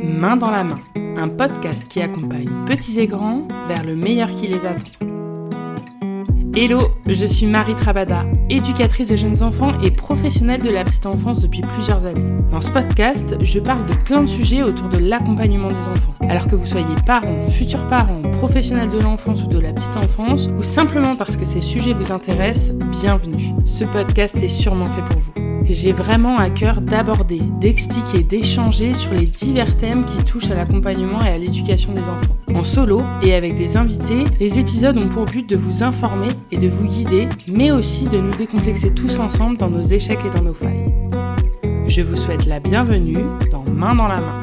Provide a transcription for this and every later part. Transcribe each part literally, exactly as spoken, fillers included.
Main dans la main, un podcast qui accompagne petits et grands vers le meilleur qui les attend. Hello, je suis Marie Trabada, éducatrice de jeunes enfants et professionnelle de la petite enfance depuis plusieurs années. Dans ce podcast, je parle de plein de sujets autour de l'accompagnement des enfants. Alors que vous soyez parents, futurs parents, professionnels de l'enfance ou de la petite enfance, ou simplement parce que ces sujets vous intéressent, bienvenue. Ce podcast est sûrement fait pour vous. J'ai vraiment à cœur d'aborder, d'expliquer, d'échanger sur les divers thèmes qui touchent à l'accompagnement et à l'éducation des enfants. En solo et avec des invités, les épisodes ont pour but de vous informer et de vous guider, mais aussi de nous décomplexer tous ensemble dans nos échecs et dans nos failles. Je vous souhaite la bienvenue dans Main dans la main.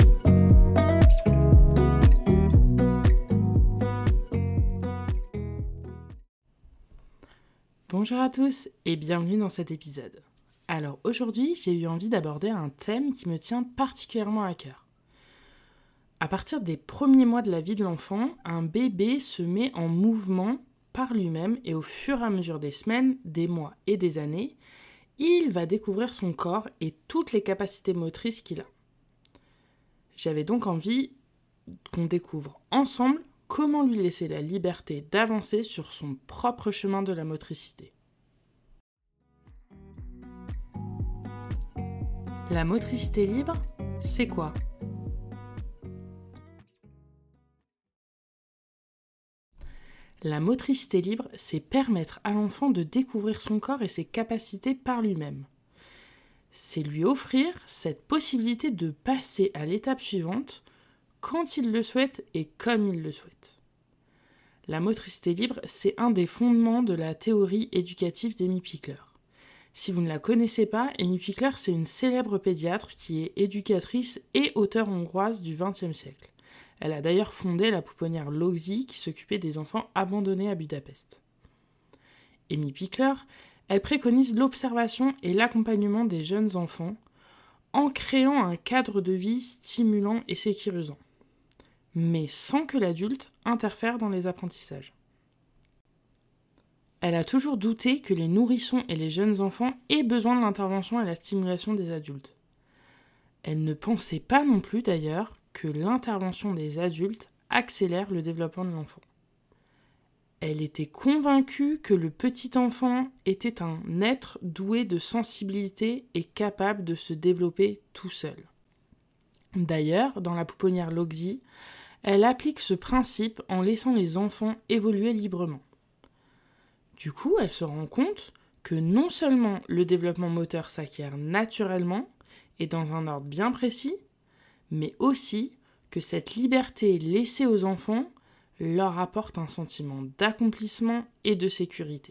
Bonjour à tous et bienvenue dans cet épisode. Alors aujourd'hui, j'ai eu envie d'aborder un thème qui me tient particulièrement à cœur. À partir des premiers mois de la vie de l'enfant, un bébé se met en mouvement par lui-même et au fur et à mesure des semaines, des mois et des années, il va découvrir son corps et toutes les capacités motrices qu'il a. J'avais donc envie qu'on découvre ensemble comment lui laisser la liberté d'avancer sur son propre chemin de la motricité. La motricité libre, c'est quoi ? La motricité libre, c'est permettre à l'enfant de découvrir son corps et ses capacités par lui-même. C'est lui offrir cette possibilité de passer à l'étape suivante quand il le souhaite et comme il le souhaite. La motricité libre, c'est un des fondements de la théorie éducative d'Amy Pickler. Si vous ne la connaissez pas, Amy Pickler, c'est une célèbre pédiatre qui est éducatrice et auteure hongroise du vingtième siècle. Elle a d'ailleurs fondé la pouponnière Lóczy qui s'occupait des enfants abandonnés à Budapest. Amy Pickler, elle préconise l'observation et l'accompagnement des jeunes enfants en créant un cadre de vie stimulant et sécurisant, mais sans que l'adulte interfère dans les apprentissages. Elle a toujours douté que les nourrissons et les jeunes enfants aient besoin de l'intervention et la stimulation des adultes. Elle ne pensait pas non plus d'ailleurs que l'intervention des adultes accélère le développement de l'enfant. Elle était convaincue que le petit enfant était un être doué de sensibilité et capable de se développer tout seul. D'ailleurs, dans la pouponnière Lóczy, elle applique ce principe en laissant les enfants évoluer librement. Du coup, elle se rend compte que non seulement le développement moteur s'acquiert naturellement et dans un ordre bien précis, mais aussi que cette liberté laissée aux enfants leur apporte un sentiment d'accomplissement et de sécurité.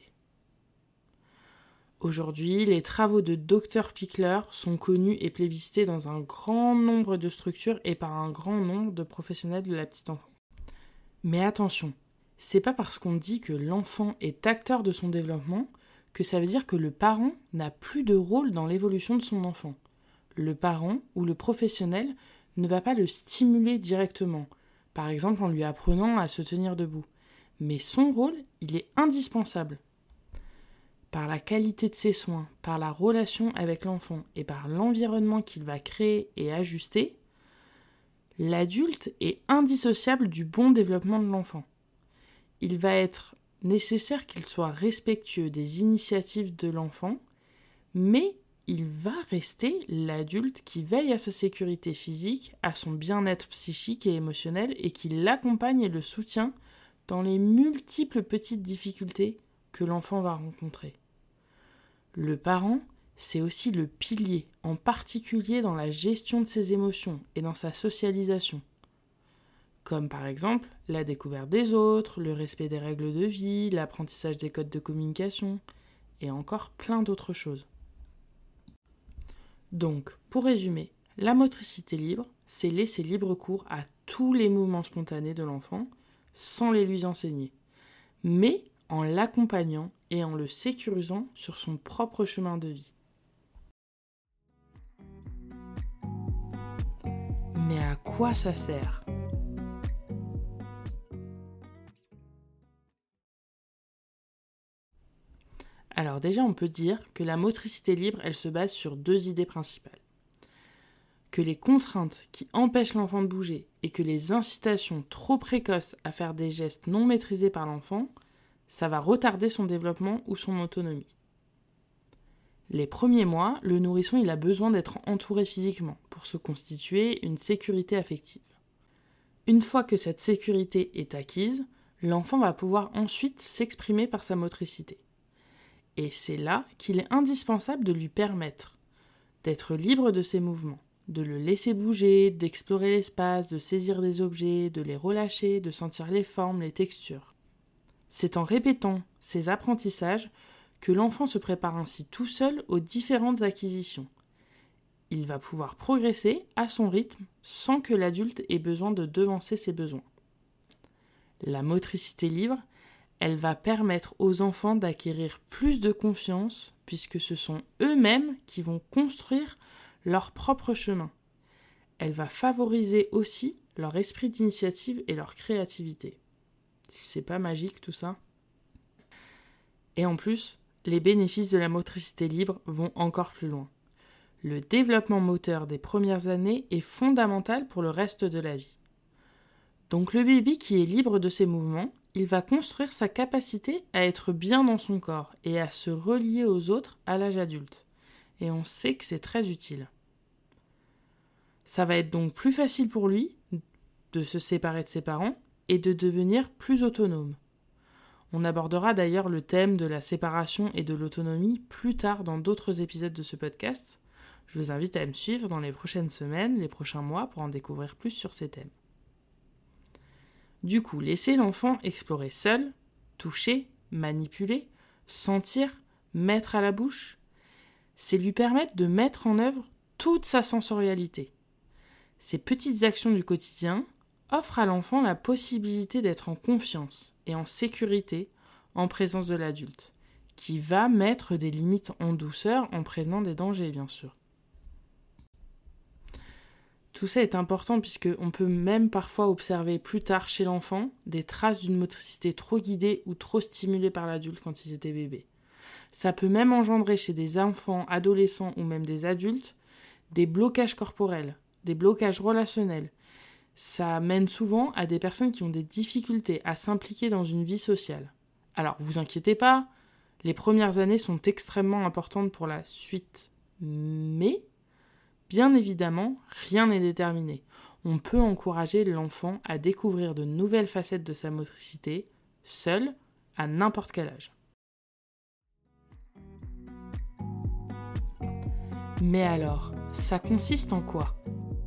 Aujourd'hui, les travaux de docteur Pickler sont connus et plébiscités dans un grand nombre de structures et par un grand nombre de professionnels de la petite enfance. Mais attention, c'est pas parce qu'on dit que l'enfant est acteur de son développement que ça veut dire que le parent n'a plus de rôle dans l'évolution de son enfant. Le parent ou le professionnel ne va pas le stimuler directement, par exemple en lui apprenant à se tenir debout. Mais son rôle, il est indispensable. Par la qualité de ses soins, par la relation avec l'enfant et par l'environnement qu'il va créer et ajuster, l'adulte est indissociable du bon développement de l'enfant. Il va être nécessaire qu'il soit respectueux des initiatives de l'enfant, mais il va rester l'adulte qui veille à sa sécurité physique, à son bien-être psychique et émotionnel et qui l'accompagne et le soutient dans les multiples petites difficultés que l'enfant va rencontrer. Le parent, c'est aussi le pilier, en particulier dans la gestion de ses émotions et dans sa socialisation. Comme par exemple la découverte des autres, le respect des règles de vie, l'apprentissage des codes de communication, et encore plein d'autres choses. Donc, pour résumer, la motricité libre, c'est laisser libre cours à tous les mouvements spontanés de l'enfant, sans les lui enseigner, mais en l'accompagnant et en le sécurisant sur son propre chemin de vie. Mais à quoi ça sert ? Alors déjà, on peut dire que la motricité libre, elle se base sur deux idées principales. que les contraintes qui empêchent l'enfant de bouger et que les incitations trop précoces à faire des gestes non maîtrisés par l'enfant, ça va retarder son développement ou son autonomie. Les premiers mois, le nourrisson il a besoin d'être entouré physiquement pour se constituer une sécurité affective. Une fois que cette sécurité est acquise, l'enfant va pouvoir ensuite s'exprimer par sa motricité. Et c'est là qu'il est indispensable de lui permettre d'être libre de ses mouvements, de le laisser bouger, d'explorer l'espace, de saisir des objets, de les relâcher, de sentir les formes, les textures. C'est en répétant ces apprentissages que l'enfant se prépare ainsi tout seul aux différentes acquisitions. Il va pouvoir progresser à son rythme sans que l'adulte ait besoin de devancer ses besoins. La motricité libre, elle va permettre aux enfants d'acquérir plus de confiance puisque ce sont eux-mêmes qui vont construire leur propre chemin. Elle va favoriser aussi leur esprit d'initiative et leur créativité. C'est pas magique tout ça ? Et en plus, les bénéfices de la motricité libre vont encore plus loin. Le développement moteur des premières années est fondamental pour le reste de la vie. Donc le bébé qui est libre de ses mouvements, il va construire sa capacité à être bien dans son corps et à se relier aux autres à l'âge adulte. Et on sait que c'est très utile. Ça va être donc plus facile pour lui de se séparer de ses parents et de devenir plus autonome. On abordera d'ailleurs le thème de la séparation et de l'autonomie plus tard dans d'autres épisodes de ce podcast. Je vous invite à me suivre dans les prochaines semaines, les prochains mois pour en découvrir plus sur ces thèmes. Du coup, laisser l'enfant explorer seul, toucher, manipuler, sentir, mettre à la bouche, c'est lui permettre de mettre en œuvre toute sa sensorialité. Ces petites actions du quotidien offrent à l'enfant la possibilité d'être en confiance et en sécurité en présence de l'adulte, qui va mettre des limites en douceur en prévenant des dangers, bien sûr. Tout ça est important puisqu'on peut même parfois observer plus tard chez l'enfant des traces d'une motricité trop guidée ou trop stimulée par l'adulte quand ils étaient bébés. Ça peut même engendrer chez des enfants, adolescents ou même des adultes des blocages corporels, des blocages relationnels. Ça mène souvent à des personnes qui ont des difficultés à s'impliquer dans une vie sociale. Alors, vous inquiétez pas, les premières années sont extrêmement importantes pour la suite. Mais, bien évidemment, rien n'est déterminé. On peut encourager l'enfant à découvrir de nouvelles facettes de sa motricité, seul, à n'importe quel âge. Mais alors, ça consiste en quoi ?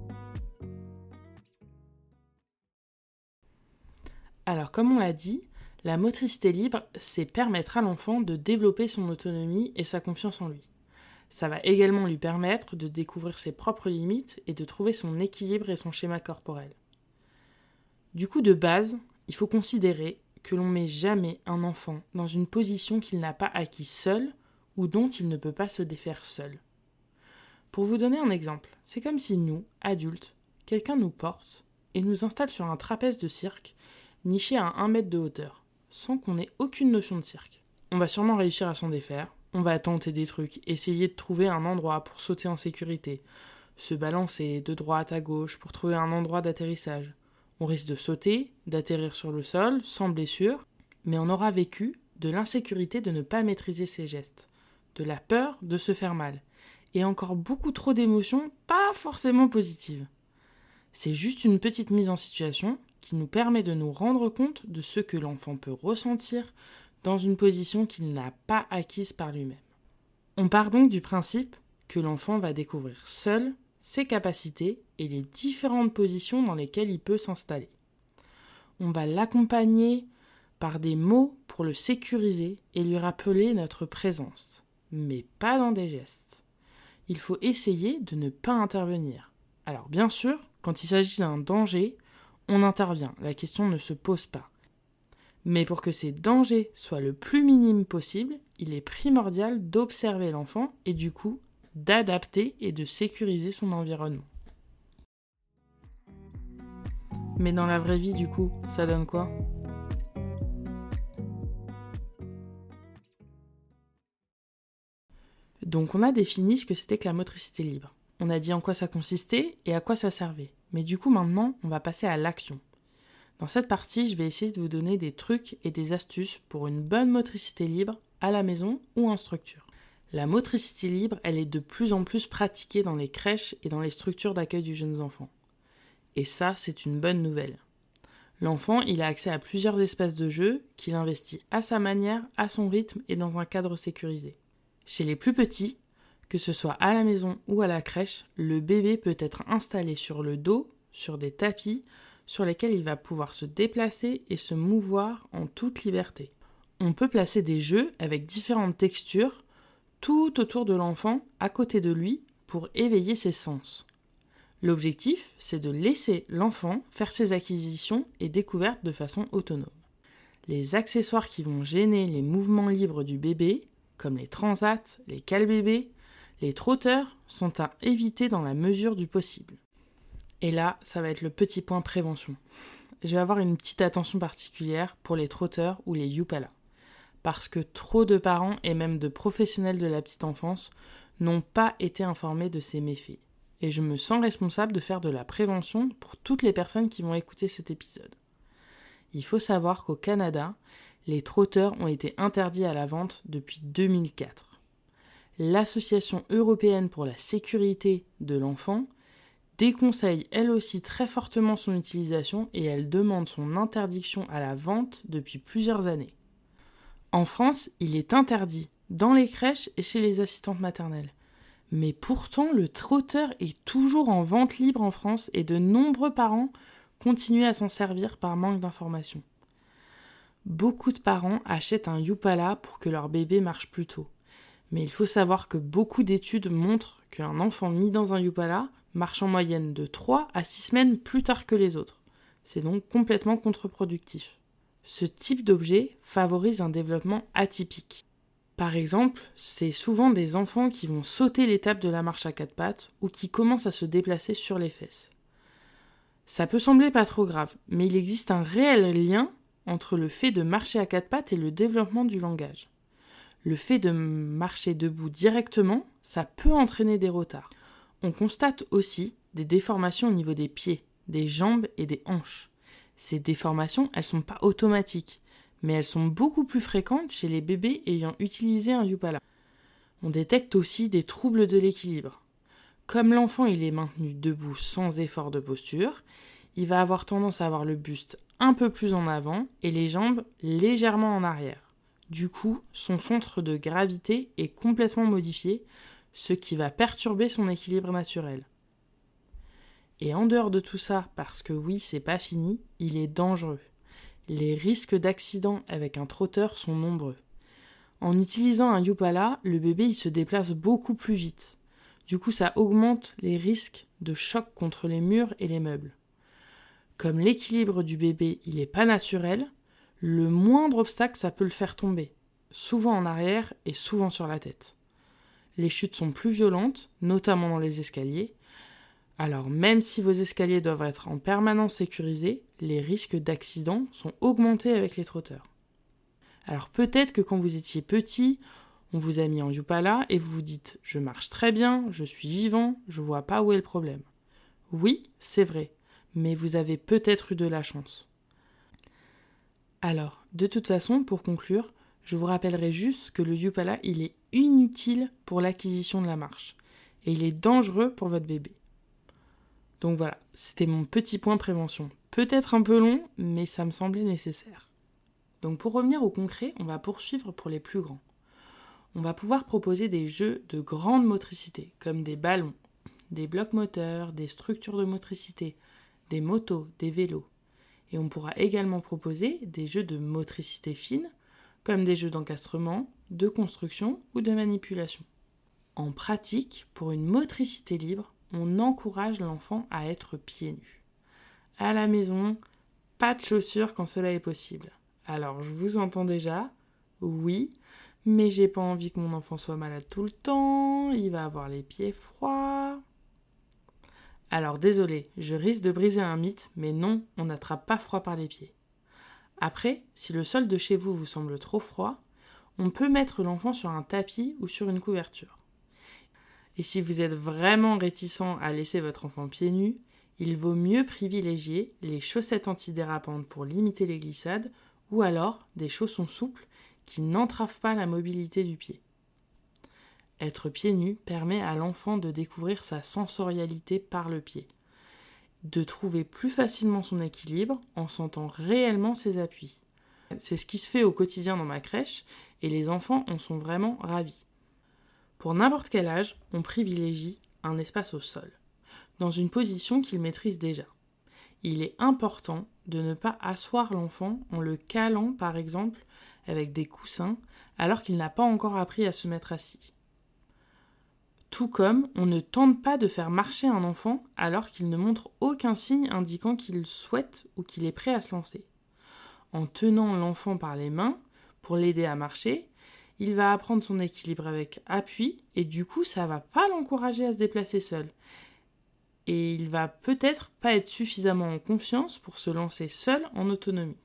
Alors, comme on l'a dit, la motricité libre, c'est permettre à l'enfant de développer son autonomie et sa confiance en lui. Ça va également lui permettre de découvrir ses propres limites et de trouver son équilibre et son schéma corporel. Du coup, de base, il faut considérer que l'on ne met jamais un enfant dans une position qu'il n'a pas acquis seul ou dont il ne peut pas se défaire seul. Pour vous donner un exemple, c'est comme si nous, adultes, quelqu'un nous porte et nous installe sur un trapèze de cirque niché à un mètre de hauteur, sans qu'on ait aucune notion de cirque. On va sûrement réussir à s'en défaire, on va tenter des trucs, essayer de trouver un endroit pour sauter en sécurité, se balancer de droite à gauche pour trouver un endroit d'atterrissage. On risque de sauter, d'atterrir sur le sol, sans blessure, mais on aura vécu de l'insécurité de ne pas maîtriser ses gestes, de la peur de se faire mal, et encore beaucoup trop d'émotions pas forcément positives. C'est juste une petite mise en situation qui nous permet de nous rendre compte de ce que l'enfant peut ressentir dans une position qu'il n'a pas acquise par lui-même. On part donc du principe que l'enfant va découvrir seul ses capacités et les différentes positions dans lesquelles il peut s'installer. On va l'accompagner par des mots pour le sécuriser et lui rappeler notre présence, mais pas dans des gestes. Il faut essayer de ne pas intervenir. Alors bien sûr, quand il s'agit d'un danger, on intervient, la question ne se pose pas. Mais pour que ces dangers soient le plus minime possible, il est primordial d'observer l'enfant et du coup d'adapter et de sécuriser son environnement. Mais dans la vraie vie, du coup, ça donne quoi ? Donc on a défini ce que c'était que la motricité libre. on a dit en quoi ça consistait et à quoi ça servait. Mais du coup, maintenant, on va passer à l'action. Dans cette partie, je vais essayer de vous donner des trucs et des astuces pour une bonne motricité libre à la maison ou en structure. La motricité libre, elle est de plus en plus pratiquée dans les crèches et dans les structures d'accueil du jeune enfant. Et ça, c'est une bonne nouvelle. L'enfant, il a accès à plusieurs espaces de jeu qu'il investit à sa manière, à son rythme et dans un cadre sécurisé. Chez les plus petits, que ce soit à la maison ou à la crèche, le bébé peut être installé sur le dos, sur des tapis, sur lesquels il va pouvoir se déplacer et se mouvoir en toute liberté. On peut placer des jeux avec différentes textures tout autour de l'enfant, à côté de lui, pour éveiller ses sens. L'objectif, c'est de laisser l'enfant faire ses acquisitions et découvertes de façon autonome. Les accessoires qui vont gêner les mouvements libres du bébé, comme les transats, les cale-bébés, les trotteurs, sont à éviter dans la mesure du possible. Et là, ça va être le petit point prévention. Je vais avoir une petite attention particulière pour les trotteurs ou les Yupala, parce que trop de parents et même de professionnels de la petite enfance n'ont pas été informés de ces méfaits. Et je me sens responsable de faire de la prévention pour toutes les personnes qui vont écouter cet épisode. Il faut savoir qu'au Canada, les trotteurs ont été interdits à la vente depuis deux mille quatre. L'Association européenne pour la sécurité de l'enfant déconseille elle aussi très fortement son utilisation et elle demande son interdiction à la vente depuis plusieurs années. En France, il est interdit dans les crèches et chez les assistantes maternelles. Mais pourtant, le trotteur est toujours en vente libre en France et de nombreux parents continuent à s'en servir par manque d'information. Beaucoup de parents achètent un Yupala pour que leur bébé marche plus tôt. Mais il faut savoir que beaucoup d'études montrent qu'un enfant mis dans un Yupala marche en moyenne de trois à six semaines plus tard que les autres. C'est donc complètement contre-productif. Ce type d'objet favorise un développement atypique. Par exemple, c'est souvent des enfants qui vont sauter l'étape de la marche à quatre pattes ou qui commencent à se déplacer sur les fesses. Ça peut sembler pas trop grave, mais il existe un réel lien entre le fait de marcher à quatre pattes et le développement du langage. Le fait de marcher debout directement, ça peut entraîner des retards. On constate aussi des déformations au niveau des pieds, des jambes et des hanches. Ces déformations, elles sont pas automatiques, mais elles sont beaucoup plus fréquentes chez les bébés ayant utilisé un Yupala. On détecte aussi des troubles de l'équilibre. Comme l'enfant il est maintenu debout sans effort de posture, il va avoir tendance à avoir le buste un peu plus en avant et les jambes légèrement en arrière. Du coup, son centre de gravité est complètement modifié, ce qui va perturber son équilibre naturel. Et en dehors de tout ça, parce que oui, c'est pas fini, il est dangereux. Les risques d'accident avec un trotteur sont nombreux. En utilisant un Yupala, le bébé il se déplace beaucoup plus vite. Du coup, ça augmente les risques de choc contre les murs et les meubles. Comme l'équilibre du bébé il n'est pas naturel, le moindre obstacle ça peut le faire tomber, souvent en arrière et souvent sur la tête. Les chutes sont plus violentes, notamment dans les escaliers. Alors même si vos escaliers doivent être en permanence sécurisés, les risques d'accident sont augmentés avec les trotteurs. Alors peut-être que quand vous étiez petit, on vous a mis en Yupala et vous vous dites « je marche très bien, je suis vivant, je vois pas où est le problème ». Oui, c'est vrai, mais vous avez peut-être eu de la chance. Alors, de toute façon, pour conclure, je vous rappellerai juste que le Yupala, il est inutile pour l'acquisition de la marche et il est dangereux pour votre bébé. Donc voilà, c'était mon petit point prévention. Peut-être un peu long, mais ça me semblait nécessaire. Donc pour revenir au concret, on va poursuivre pour les plus grands. On va pouvoir proposer des jeux de grande motricité, comme des ballons, des blocs moteurs, des structures de motricité, des motos, des vélos. Et on pourra également proposer des jeux de motricité fine, comme des jeux d'encastrement, de construction ou de manipulation. En pratique, pour une motricité libre, on encourage l'enfant à être pieds nus. À la maison, pas de chaussures quand cela est possible. Alors, je vous entends déjà, oui, mais j'ai pas envie que mon enfant soit malade tout le temps, il va avoir les pieds froids. Alors, désolé, je risque de briser un mythe, mais non, on n'attrape pas froid par les pieds. Après, si le sol de chez vous vous semble trop froid, on peut mettre l'enfant sur un tapis ou sur une couverture. Et si vous êtes vraiment réticent à laisser votre enfant pieds nus, il vaut mieux privilégier les chaussettes antidérapantes pour limiter les glissades ou alors des chaussons souples qui n'entravent pas la mobilité du pied. Être pieds nus permet à l'enfant de découvrir sa sensorialité par le pied, de trouver plus facilement son équilibre en sentant réellement ses appuis. C'est ce qui se fait au quotidien dans ma crèche et les enfants en sont vraiment ravis. Pour n'importe quel âge, on privilégie un espace au sol, dans une position qu'il maîtrise déjà. Il est important de ne pas asseoir l'enfant en le calant par exemple avec des coussins alors qu'il n'a pas encore appris à se mettre assis. Tout comme on ne tente pas de faire marcher un enfant alors qu'il ne montre aucun signe indiquant qu'il souhaite ou qu'il est prêt à se lancer. En tenant l'enfant par les mains pour l'aider à marcher, il va apprendre son équilibre avec appui et du coup ça ne va pas l'encourager à se déplacer seul. Et il va peut-être pas être suffisamment en confiance pour se lancer seul en autonomie.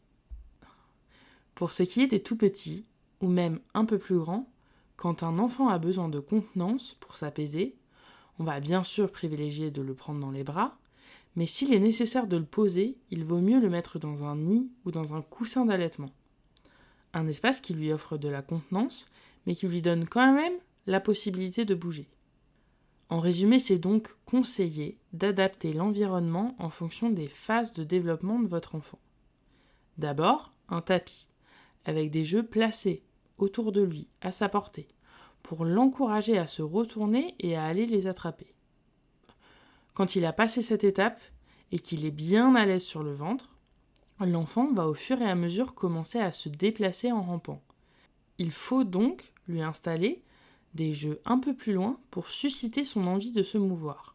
Pour ce qui est des tout petits, ou même un peu plus grands, quand un enfant a besoin de contenance pour s'apaiser, on va bien sûr privilégier de le prendre dans les bras, mais s'il est nécessaire de le poser, il vaut mieux le mettre dans un nid ou dans un coussin d'allaitement. Un espace qui lui offre de la contenance, mais qui lui donne quand même la possibilité de bouger. En résumé, c'est donc conseillé d'adapter l'environnement en fonction des phases de développement de votre enfant. D'abord, un tapis, avec des jeux placés autour de lui, à sa portée, pour l'encourager à se retourner et à aller les attraper. Quand il a passé cette étape et qu'il est bien à l'aise sur le ventre, l'enfant va au fur et à mesure commencer à se déplacer en rampant. Il faut donc lui installer des jeux un peu plus loin pour susciter son envie de se mouvoir.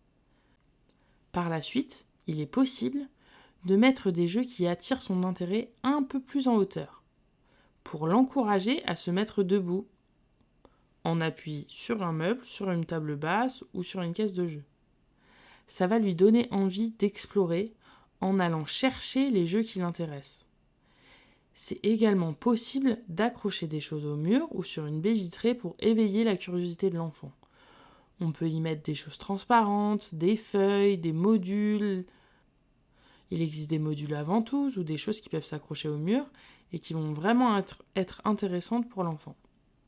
Par la suite, il est possible de mettre des jeux qui attirent son intérêt un peu plus en hauteur, pour l'encourager à se mettre debout, en appui sur un meuble, sur une table basse ou sur une caisse de jeu. Ça va lui donner envie d'explorer en allant chercher les jeux qui l'intéressent. C'est également possible d'accrocher des choses au mur ou sur une baie vitrée pour éveiller la curiosité de l'enfant. On peut y mettre des choses transparentes, des feuilles, des modules. Il existe des modules à ventouses ou des choses qui peuvent s'accrocher au mur et qui vont vraiment être, être intéressantes pour l'enfant.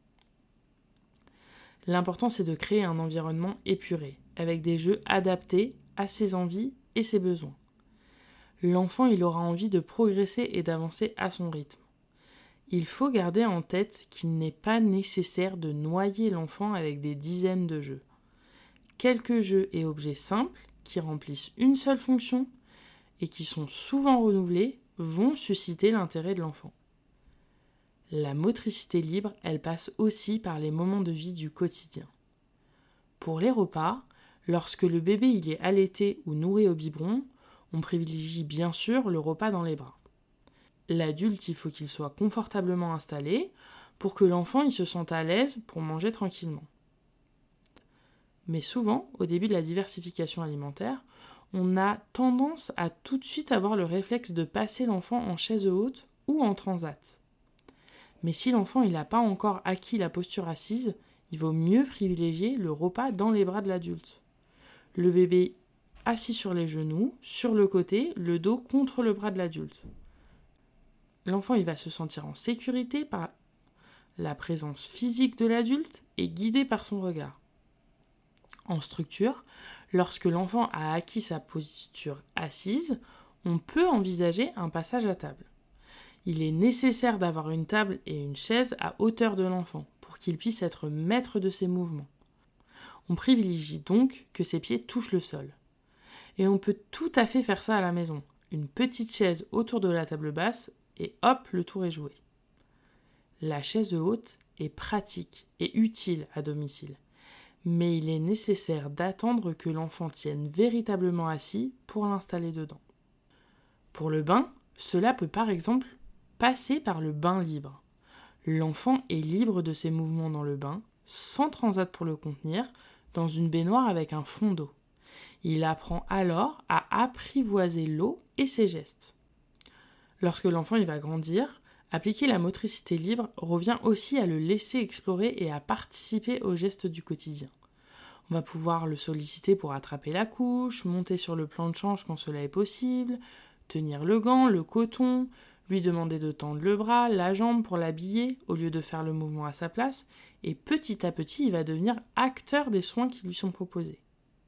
L'important, c'est de créer un environnement épuré, avec des jeux adaptés à ses envies et ses besoins. L'enfant, il aura envie de progresser et d'avancer à son rythme. Il faut garder en tête qu'il n'est pas nécessaire de noyer l'enfant avec des dizaines de jeux. Quelques jeux et objets simples qui remplissent une seule fonction et qui sont souvent renouvelés vont susciter l'intérêt de l'enfant. La motricité libre, elle passe aussi par les moments de vie du quotidien. Pour les repas, lorsque le bébé il est allaité ou nourri au biberon, on privilégie bien sûr le repas dans les bras. L'adulte, il faut qu'il soit confortablement installé pour que l'enfant il se sente à l'aise pour manger tranquillement. Mais souvent, au début de la diversification alimentaire, on a tendance à tout de suite avoir le réflexe de passer l'enfant en chaise haute ou en transat. Mais si l'enfant il n'a pas encore acquis la posture assise, il vaut mieux privilégier le repas dans les bras de l'adulte. Le bébé assis sur les genoux, sur le côté, le dos contre le bras de l'adulte. L'enfant il va se sentir en sécurité par la présence physique de l'adulte et guidé par son regard. En structure, lorsque l'enfant a acquis sa posture assise, on peut envisager un passage à table. Il est nécessaire d'avoir une table et une chaise à hauteur de l'enfant pour qu'il puisse être maître de ses mouvements. On privilégie donc que ses pieds touchent le sol. Et on peut tout à fait faire ça à la maison. Une petite chaise autour de la table basse et hop, le tour est joué. La chaise haute est pratique et utile à domicile. Mais il est nécessaire d'attendre que l'enfant tienne véritablement assis pour l'installer dedans. Pour le bain, cela peut par exemple passer par le bain libre. L'enfant est libre de ses mouvements dans le bain, sans transat pour le contenir, dans une baignoire avec un fond d'eau. Il apprend alors à apprivoiser l'eau et ses gestes. Lorsque l'enfant il va grandir, appliquer la motricité libre revient aussi à le laisser explorer et à participer aux gestes du quotidien. On va pouvoir le solliciter pour attraper la couche, monter sur le plan de change quand cela est possible, tenir le gant, le coton, lui demander de tendre le bras, la jambe pour l'habiller au lieu de faire le mouvement à sa place, et petit à petit, il va devenir acteur des soins qui lui sont proposés.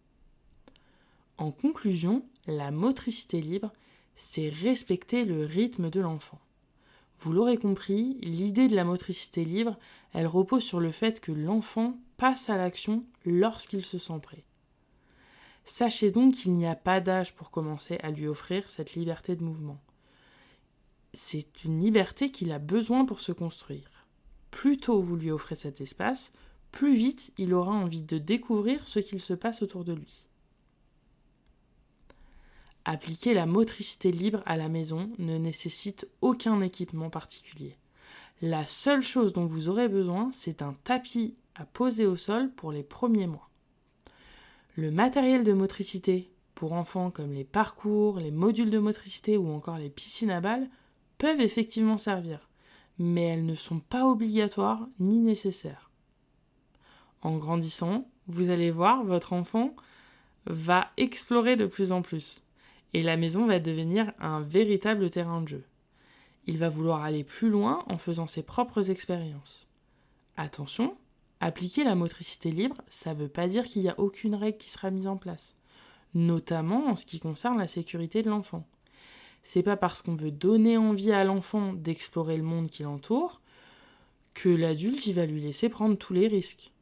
En conclusion, la motricité libre, c'est respecter le rythme de l'enfant. Vous l'aurez compris, l'idée de la motricité libre, elle repose sur le fait que l'enfant passe à l'action lorsqu'il se sent prêt. Sachez donc qu'il n'y a pas d'âge pour commencer à lui offrir cette liberté de mouvement. C'est une liberté qu'il a besoin pour se construire. Plus tôt vous lui offrez cet espace, plus vite il aura envie de découvrir ce qu'il se passe autour de lui. Appliquer la motricité libre à la maison ne nécessite aucun équipement particulier. La seule chose dont vous aurez besoin, c'est un tapis à poser au sol pour les premiers mois. Le matériel de motricité pour enfants comme les parcours, les modules de motricité ou encore les piscines à balles peuvent effectivement servir, mais elles ne sont pas obligatoires ni nécessaires. En grandissant, vous allez voir, votre enfant va explorer de plus en plus. Et la maison va devenir un véritable terrain de jeu. Il va vouloir aller plus loin en faisant ses propres expériences. Attention, appliquer la motricité libre, ça ne veut pas dire qu'il n'y a aucune règle qui sera mise en place, notamment en ce qui concerne la sécurité de l'enfant. C'est pas parce qu'on veut donner envie à l'enfant d'explorer le monde qui l'entoure que l'adulte il va lui laisser prendre tous les risques.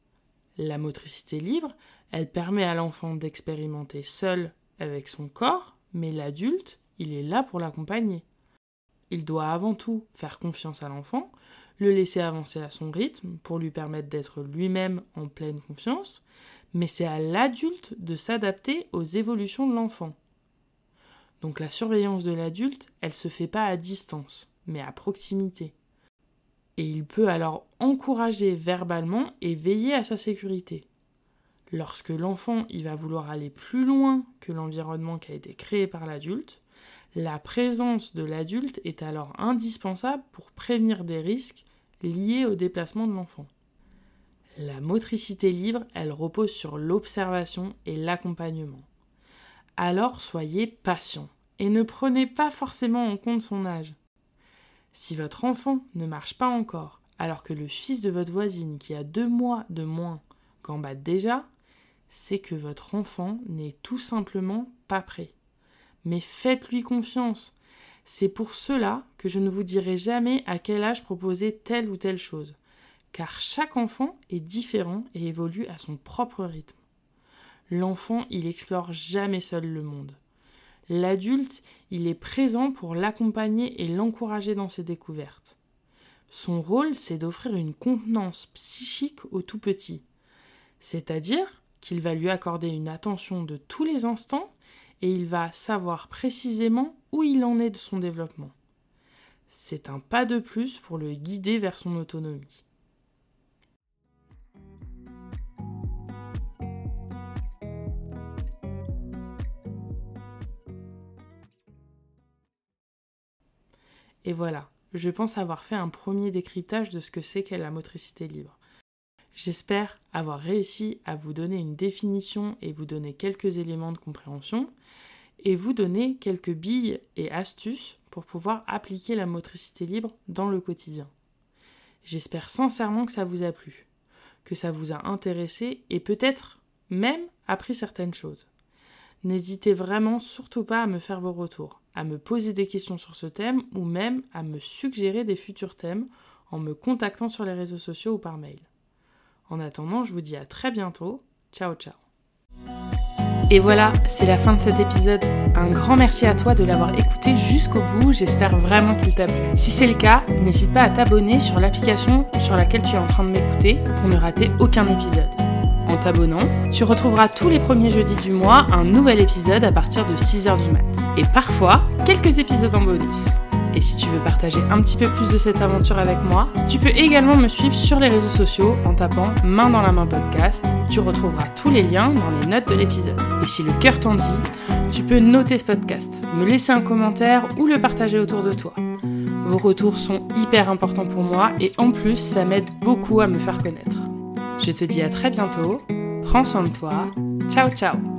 La motricité libre, elle permet à l'enfant d'expérimenter seul avec son corps, mais l'adulte, il est là pour l'accompagner. Il doit avant tout faire confiance à l'enfant, le laisser avancer à son rythme pour lui permettre d'être lui-même en pleine confiance, mais c'est à l'adulte de s'adapter aux évolutions de l'enfant. Donc la surveillance de l'adulte, elle se fait pas à distance, mais à proximité. Et il peut alors encourager verbalement et veiller à sa sécurité. Lorsque l'enfant il va vouloir aller plus loin que l'environnement qui a été créé par l'adulte, la présence de l'adulte est alors indispensable pour prévenir des risques liés au déplacement de l'enfant. La motricité libre, elle repose sur l'observation et l'accompagnement. Alors soyez patient et ne prenez pas forcément en compte son âge. Si votre enfant ne marche pas encore, alors que le fils de votre voisine qui a deux mois de moins gambade déjà, c'est que votre enfant n'est tout simplement pas prêt. Mais faites-lui confiance. C'est pour cela que je ne vous dirai jamais à quel âge proposer telle ou telle chose, car chaque enfant est différent et évolue à son propre rythme. L'enfant, il explore jamais seul le monde. L'adulte, il est présent pour l'accompagner et l'encourager dans ses découvertes. Son rôle, c'est d'offrir une contenance psychique au tout petit, c'est-à-dire qu'il va lui accorder une attention de tous les instants et il va savoir précisément où il en est de son développement. C'est un pas de plus pour le guider vers son autonomie. Et voilà, je pense avoir fait un premier décryptage de ce que c'est qu'est la motricité libre. J'espère avoir réussi à vous donner une définition et vous donner quelques éléments de compréhension et vous donner quelques billes et astuces pour pouvoir appliquer la motricité libre dans le quotidien. J'espère sincèrement que ça vous a plu, que ça vous a intéressé et peut-être même appris certaines choses. N'hésitez vraiment surtout pas à me faire vos retours, à me poser des questions sur ce thème ou même à me suggérer des futurs thèmes en me contactant sur les réseaux sociaux ou par mail. En attendant, je vous dis à très bientôt. Ciao, ciao. Et voilà, c'est la fin de cet épisode. Un grand merci à toi de l'avoir écouté jusqu'au bout. J'espère vraiment qu'il t'a plu. Si c'est le cas, n'hésite pas à t'abonner sur l'application sur laquelle tu es en train de m'écouter pour ne rater aucun épisode. En t'abonnant, tu retrouveras tous les premiers jeudis du mois un nouvel épisode à partir de six heures du mat. Et parfois, quelques épisodes en bonus. Et si tu veux partager un petit peu plus de cette aventure avec moi, tu peux également me suivre sur les réseaux sociaux en tapant Main dans la main podcast. Tu retrouveras tous les liens dans les notes de l'épisode. Et si le cœur t'en dit, tu peux noter ce podcast, me laisser un commentaire ou le partager autour de toi. Vos retours sont hyper importants pour moi et en plus, ça m'aide beaucoup à me faire connaître. Je te dis à très bientôt, Prends soin de toi. Ciao ciao.